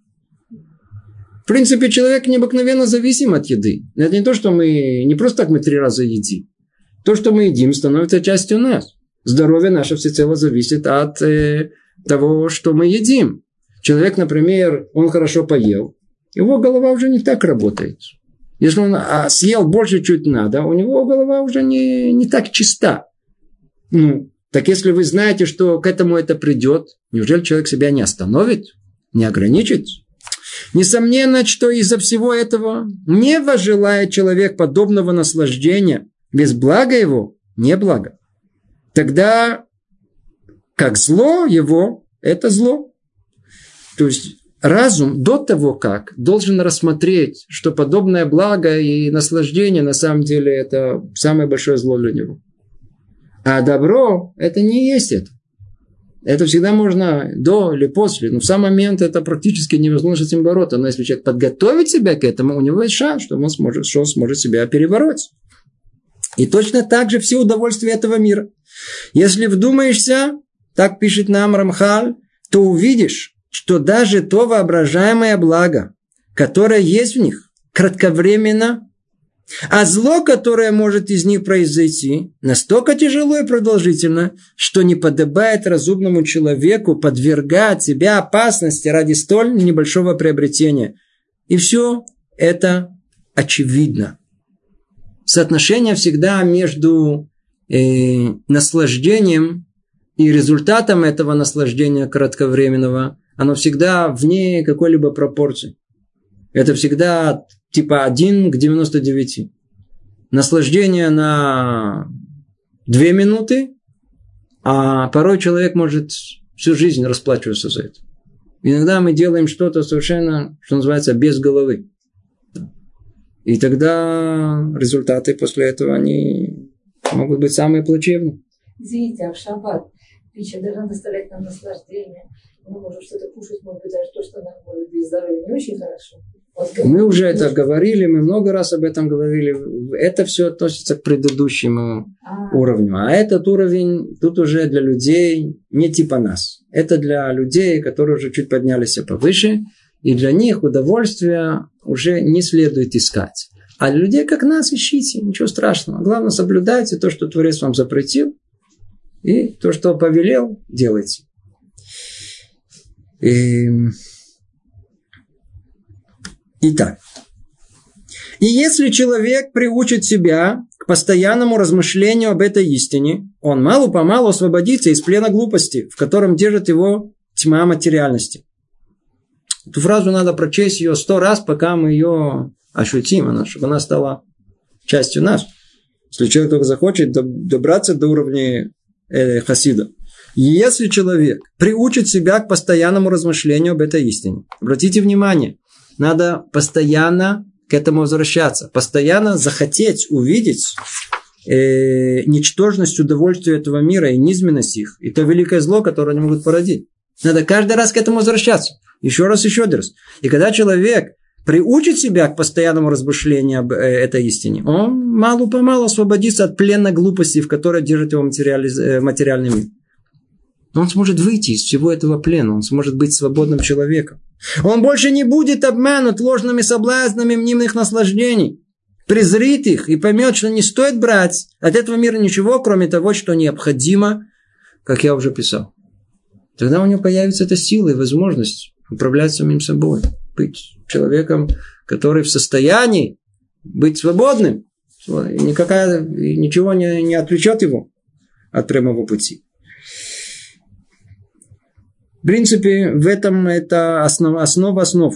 В принципе, человек необыкновенно зависим от еды. Это не то, что не просто так мы 3 раза едим. То, что мы едим, становится частью нас. Здоровье наше всецело зависит от того, что мы едим. Человек, например, он хорошо поел, его голова уже не так работает. Если он съел больше, чуть надо, у него голова уже не так чиста. Так если вы знаете, что к этому это придет, неужели человек себя не остановит, не ограничит? Несомненно, что из-за всего этого не возжелает человек подобного наслаждения. Без блага его не благо. Тогда как зло его, это зло. То есть разум до того, как должен рассмотреть, что подобное благо и наслаждение на самом деле это самое большое зло для него. А добро это не есть это. Это всегда можно до или после. Но в сам момент это практически невозможно с этим бороться. Но если человек подготовит себя к этому, у него есть шанс, что он сможет себя перебороть. И точно так же все удовольствия этого мира. Если вдумаешься, так пишет нам Рамхаль, то увидишь, что даже то воображаемое благо, которое есть в них, кратковременно, а зло, которое может из них произойти, настолько тяжело и продолжительно, что не подобает разумному человеку подвергать себя опасности ради столь небольшого приобретения. И все это очевидно. Соотношение всегда между наслаждением и результатом этого наслаждения кратковременного, оно всегда вне какой-либо пропорции. Это всегда типа 1 к 99. Наслаждение на 2 минуты, а порой человек может всю жизнь расплачиваться за это. Иногда мы делаем что-то совершенно, что называется, без головы. И тогда результаты после этого, они могут быть самые плачевные. Извините, а в шаббат пища должна доставлять нам наслаждение. Мы можем что-то кушать, может быть, даже то, что нам может быть здоровье не очень хорошо. Мы уже это говорили, мы много раз об этом говорили. Это все относится к предыдущему уровню. А этот уровень тут уже для людей не типа нас. Это для людей, которые уже чуть поднялись повыше. И для них удовольствия уже не следует искать. А для людей, как нас, ищите. Ничего страшного. Главное, соблюдайте то, что Творец вам запретил. И то, что повелел, делайте. Итак. И если человек приучит себя к постоянному размышлению об этой истине, он мало-помалу освободится из плена глупости, в котором держит его тьма материальности. Эту фразу надо прочесть ее 100 раз, пока мы ее ощутим, чтобы она стала частью нас. Если человек только захочет добраться до уровня хасида. Если человек приучит себя к постоянному размышлению об этой истине, обратите внимание, надо постоянно к этому возвращаться, постоянно захотеть увидеть ничтожность удовольствия этого мира и низменность их, и то великое зло, которое они могут породить. Надо каждый раз к этому возвращаться. Еще раз. И когда человек приучит себя к постоянному размышлению об этой истине, он мало-помалу освободится от плена глупости, в которой держит его материальный мир. Он сможет выйти из всего этого плена, он сможет быть свободным человеком. Он больше не будет обманут ложными соблазнами мнимых наслаждений, презрит их и поймет, что не стоит брать от этого мира ничего, кроме того, что необходимо, как я уже писал. Тогда у него появится эта сила и возможность управлять самим собой, быть человеком, который в состоянии быть свободным, и ничего не отвлечет его от прямого пути. В принципе, в этом это основа основ.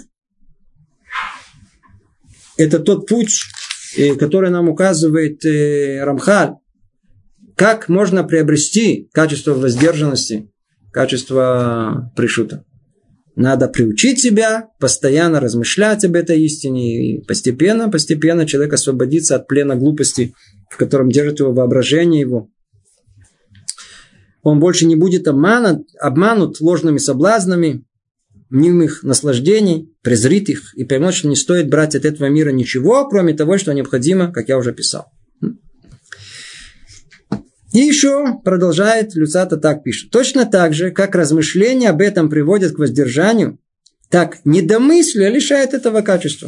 Это тот путь, который нам указывает Рамхаль, как можно приобрести качество воздержанности, качество прешута. Надо приучить себя, постоянно размышлять об этой истине, и постепенно человек освободится от плена глупости, в котором держит его воображение его. Он больше не будет обманут ложными соблазнами, мнимых наслаждений, презрит их и поймет, что не стоит брать от этого мира ничего, кроме того, что необходимо, как я уже писал. И еще продолжает Люцата, так пишет. Точно так же, как размышления об этом приводят к воздержанию, так недомыслие лишает этого качества.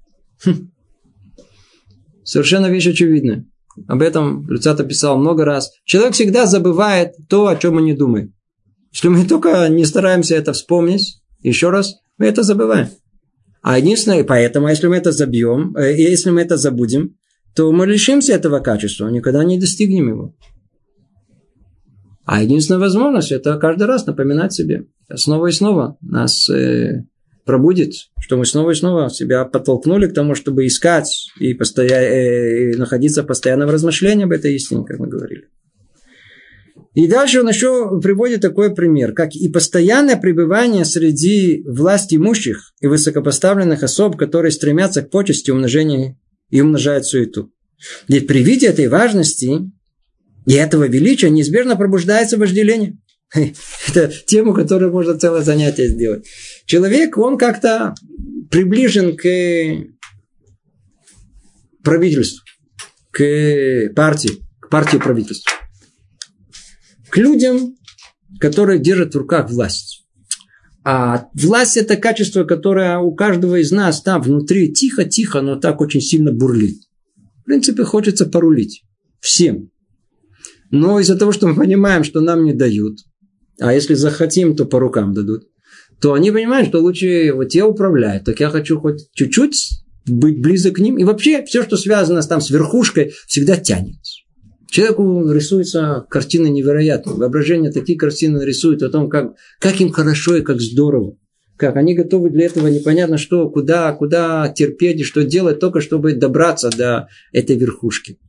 Совершенно вещь очевидная. Об этом Люцата писал много раз. Человек всегда забывает то, о чем он не думает. Если мы только не стараемся это вспомнить, еще раз, мы это забываем. А единственное, поэтому, если мы это забьем, если мы это забудем, то мы лишимся этого качества, никогда не достигнем его. А единственная возможность, это каждый раз напоминать себе. Снова и снова нас пробудит, что мы снова и снова себя подтолкнули к тому, чтобы искать и находиться в постоянном размышлении об этой истине, как мы говорили. И дальше он еще приводит такой пример, как и постоянное пребывание среди власть имущих и высокопоставленных особ, которые стремятся к почести, умножению и умножают суету. Ведь при виде этой важности и этого величия неизбежно пробуждается вожделение. Это тему, которую можно целое занятие сделать. Человек, он как-то приближен к правительству, к партии правительства. К людям, которые держат в руках власть. А власть – это качество, которое у каждого из нас там внутри тихо-тихо, но так очень сильно бурлит. В принципе, хочется порулить всем. Но из-за того, что мы понимаем, что нам не дают, а если захотим, то по рукам дадут, то они понимают, что лучше вот те управляют, так я хочу хоть чуть-чуть быть близок к ним. И вообще, все, что связано там с верхушкой, всегда тянется. Человеку рисуются картины невероятные. Воображение такие картины рисует о том, как им хорошо и как здорово. Как они готовы для этого непонятно что, куда терпеть и что делать, только чтобы добраться до этой верхушки.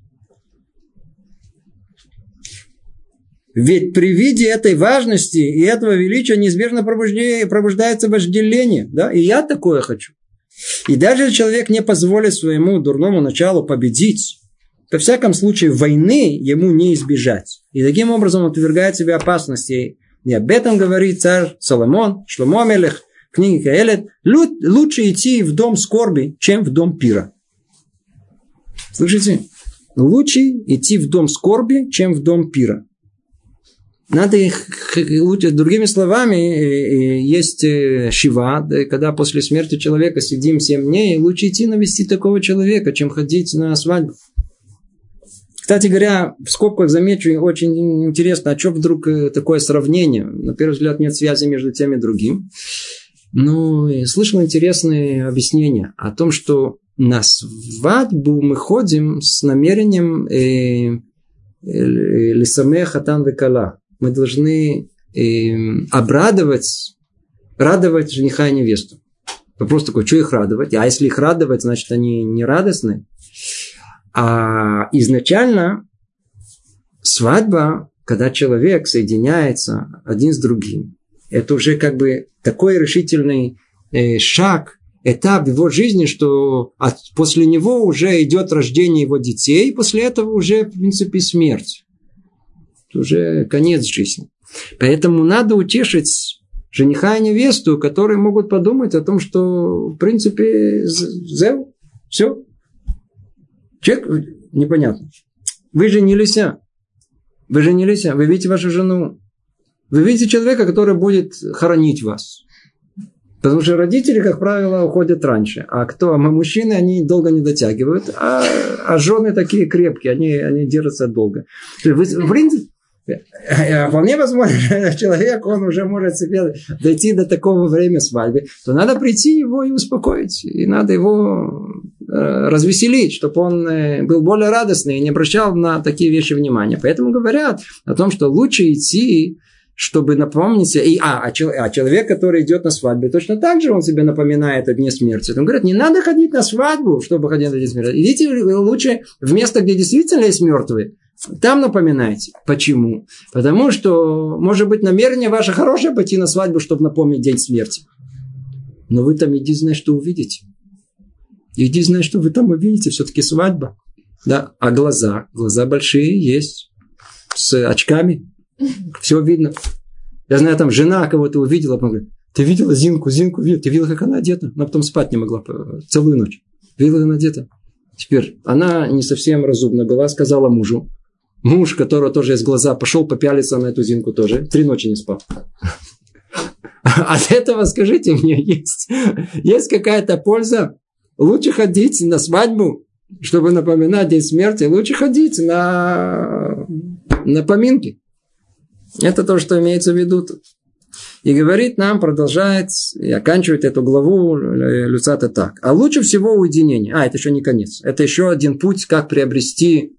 Ведь при виде этой важности и этого величия неизбежно пробуждается вожделение. Да? И я такое хочу. И даже если человек не позволит своему дурному началу победить, во всяком случае войны ему не избежать. И таким образом он подвергает себя опасности. И об этом говорит царь Соломон, Шломо Амелех, в книге Каэлет. Лучше идти в дом скорби, чем в дом пира. Слышите? Лучше идти в дом скорби, чем в дом пира. Надо их, другими словами, есть шива, когда после смерти человека сидим 7 дней, лучше идти навестить такого человека, чем ходить на свадьбу. Кстати говоря, в скобках замечу, очень интересно, а что вдруг такое сравнение? На первый взгляд нет связи между тем и другим. Но слышал интересное объяснение о том, что на свадьбу мы ходим с намерением лисамех хатан векала. Мы должны радовать жениха и невесту. Вопрос такой, что их радовать? А если их радовать, значит они не радостны. А изначально свадьба, когда человек соединяется один с другим, это уже как бы такой решительный шаг, этап в его жизни, что после него уже идет рождение его детей, и после этого уже, в принципе, смерть. Это уже конец жизни. Поэтому надо утешить жениха и невесту, которые могут подумать о том, что, в принципе, все. Человек, непонятно. Вы женились, вы видите вашу жену, вы видите человека, который будет хоронить вас. Потому что родители, как правило, уходят раньше. А мужчины, они долго не дотягивают, а жены такие крепкие, они держатся долго. В принципе, вполне возможно, человек, он уже может себе дойти до такого времени свадьбы, то надо прийти его и успокоить. И надо его развеселить, чтобы он был более радостный и не обращал на такие вещи внимания. Поэтому говорят о том, что лучше идти, чтобы напомнить себе. Человек, который идет на свадьбу, точно так же он себе напоминает о дне смерти. Он говорит, не надо ходить на свадьбу, чтобы ходить на день смерти. Идите лучше в место, где действительно есть мертвые. Там напоминайте. Почему? Потому что, может быть, намерение ваше хорошее пойти на свадьбу, чтобы напомнить день смерти. Но вы там иди, знаешь, что увидите. Иди, знаешь, что вы там увидите. Все-таки свадьба. Да? А глаза большие есть. С очками. Все видно. Я знаю, там жена кого-то увидела. Потом говорит, ты видела Зинку видела? Ты видела, как она одета? Она потом спать не могла целую ночь. Видела, как она одета? Теперь, она не совсем разумна была, сказала мужу. Муж, которого тоже есть глаза, пошел попялиться на эту Зинку тоже. 3 ночи не спал. От этого, скажите мне, есть какая-то польза? Лучше ходить на свадьбу, чтобы напоминать день смерти. Лучше ходить на поминки. Это то, что имеется в виду тут. И говорит нам, продолжает и оканчивает эту главу Люцата так. А лучше всего уединение. Это еще не конец. Это еще один путь, как приобрести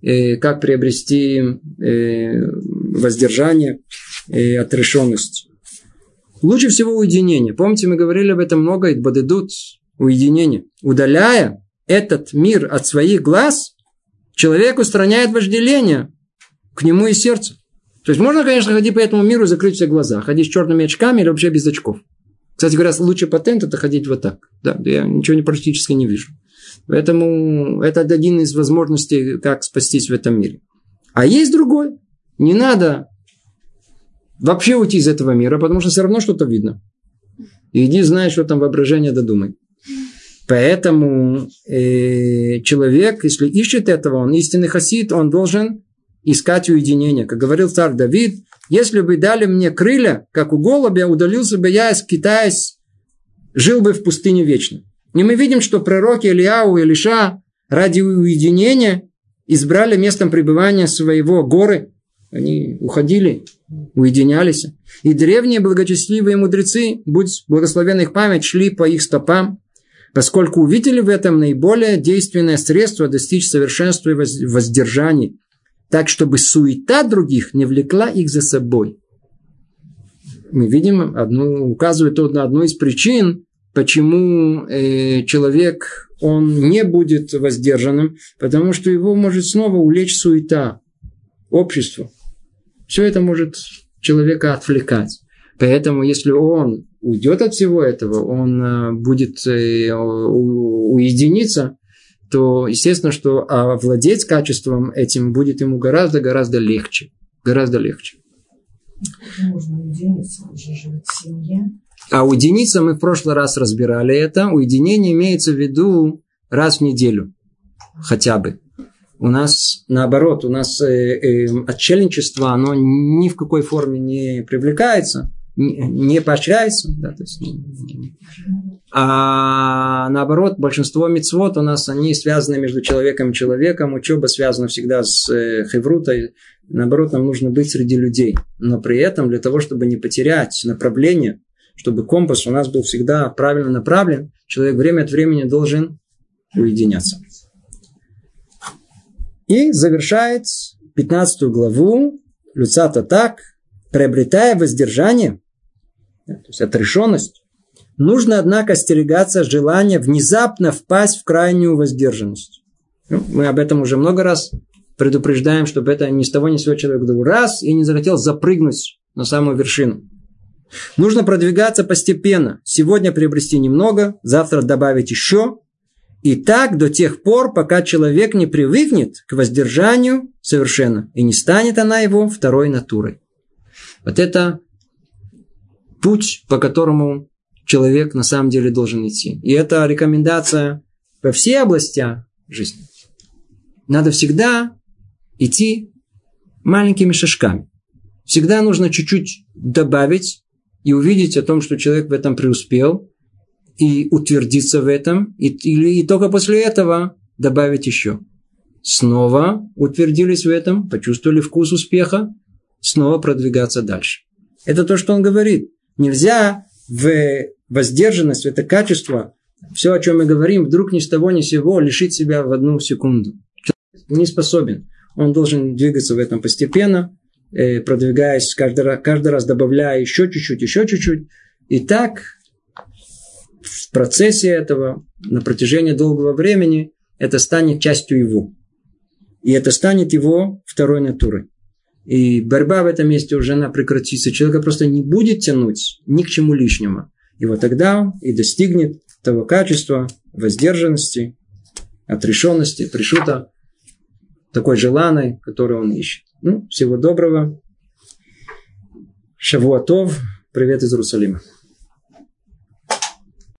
воздержание и отрешенность. Лучше всего уединение. Помните, мы говорили об этом много. Идбадедут, уединение. Удаляя этот мир от своих глаз, человек устраняет вожделение к нему и сердцу. То есть можно, конечно, ходить по этому миру и закрыть все глаза. Ходить с черными очками или вообще без очков. Кстати говоря, лучший патент – это ходить вот так. Да, я ничего практически не вижу. Поэтому это один из возможностей, как спастись в этом мире. А есть другой. Не надо вообще уйти из этого мира, потому что все равно что-то видно. Иди, знай, что там воображение додумай. Поэтому человек, если ищет этого, он истинный хасид, он должен искать уединение. Как говорил царь Давид, если бы дали мне крылья, как у голубя, удалился бы я, скитаясь, жил бы в пустыне вечно. И мы видим, что пророки Илияу и Илиша ради уединения избрали местом пребывания своего горы. Они уходили, уединялись. И древние благочестивые мудрецы, будь благословенна их память, шли по их стопам, поскольку увидели в этом наиболее действенное средство достичь совершенства и воздержания, так, чтобы суета других не влекла их за собой. Мы видим, указывает на одну из причин, почему человек, он не будет воздержанным, потому что его может снова увлечь суета, общество. Все это может человека отвлекать. Поэтому, если он уйдет от всего этого, он будет уединиться, то, естественно, что овладеть качеством этим будет ему гораздо легче. Гораздо легче. Можно уединиться, он же живет в семье. А уединиться мы в прошлый раз разбирали это. Уединение имеется в виду раз в неделю. Хотя бы. У нас наоборот, отшельничество, оно ни в какой форме не привлекается, не поощряется. Да, то есть, а наоборот, большинство мицвот у нас, они связаны между человеком и человеком. Учеба связана всегда с хеврутой. Наоборот, нам нужно быть среди людей. Но при этом, для того, чтобы не потерять направление, чтобы компас у нас был всегда правильно направлен, человек время от времени должен уединяться. И завершает 15 главу Люцата так: приобретая воздержание, то есть отрешенность, нужно, однако, остерегаться желания внезапно впасть в крайнюю воздержанность. Мы об этом уже много раз предупреждаем, чтобы это ни с того ни с сего человек вдруг раз и не захотел запрыгнуть на самую вершину. Нужно продвигаться постепенно. Сегодня приобрести немного, завтра добавить еще. И так до тех пор, пока человек не привыкнет к воздержанию совершенно, и не станет она его второй натурой. Вот это путь, по которому человек на самом деле должен идти. И это рекомендация во все области жизни. Надо всегда идти маленькими шажками. Всегда нужно чуть-чуть добавить и увидеть о том, что человек в этом преуспел, и утвердиться в этом, и только после этого добавить еще. Снова утвердились в этом, почувствовали вкус успеха, снова продвигаться дальше. Это то, что он говорит. Нельзя в воздержанность, в это качество, все, о чем мы говорим, вдруг ни с того ни с сего лишить себя в одну секунду. Человек не способен. Он должен двигаться в этом постепенно, продвигаясь, каждый раз добавляя еще чуть-чуть. И так в процессе этого, на протяжении долгого времени, это станет частью его. И это станет его второй натурой. И борьба в этом месте уже она прекратится. Человека просто не будет тянуть ни к чему лишнему. И вот тогда он и достигнет того качества воздержанности, отрешенности, прешута, такой желанной, которую он ищет. Всего доброго. Шавуа тов. Привет из Иерусалима.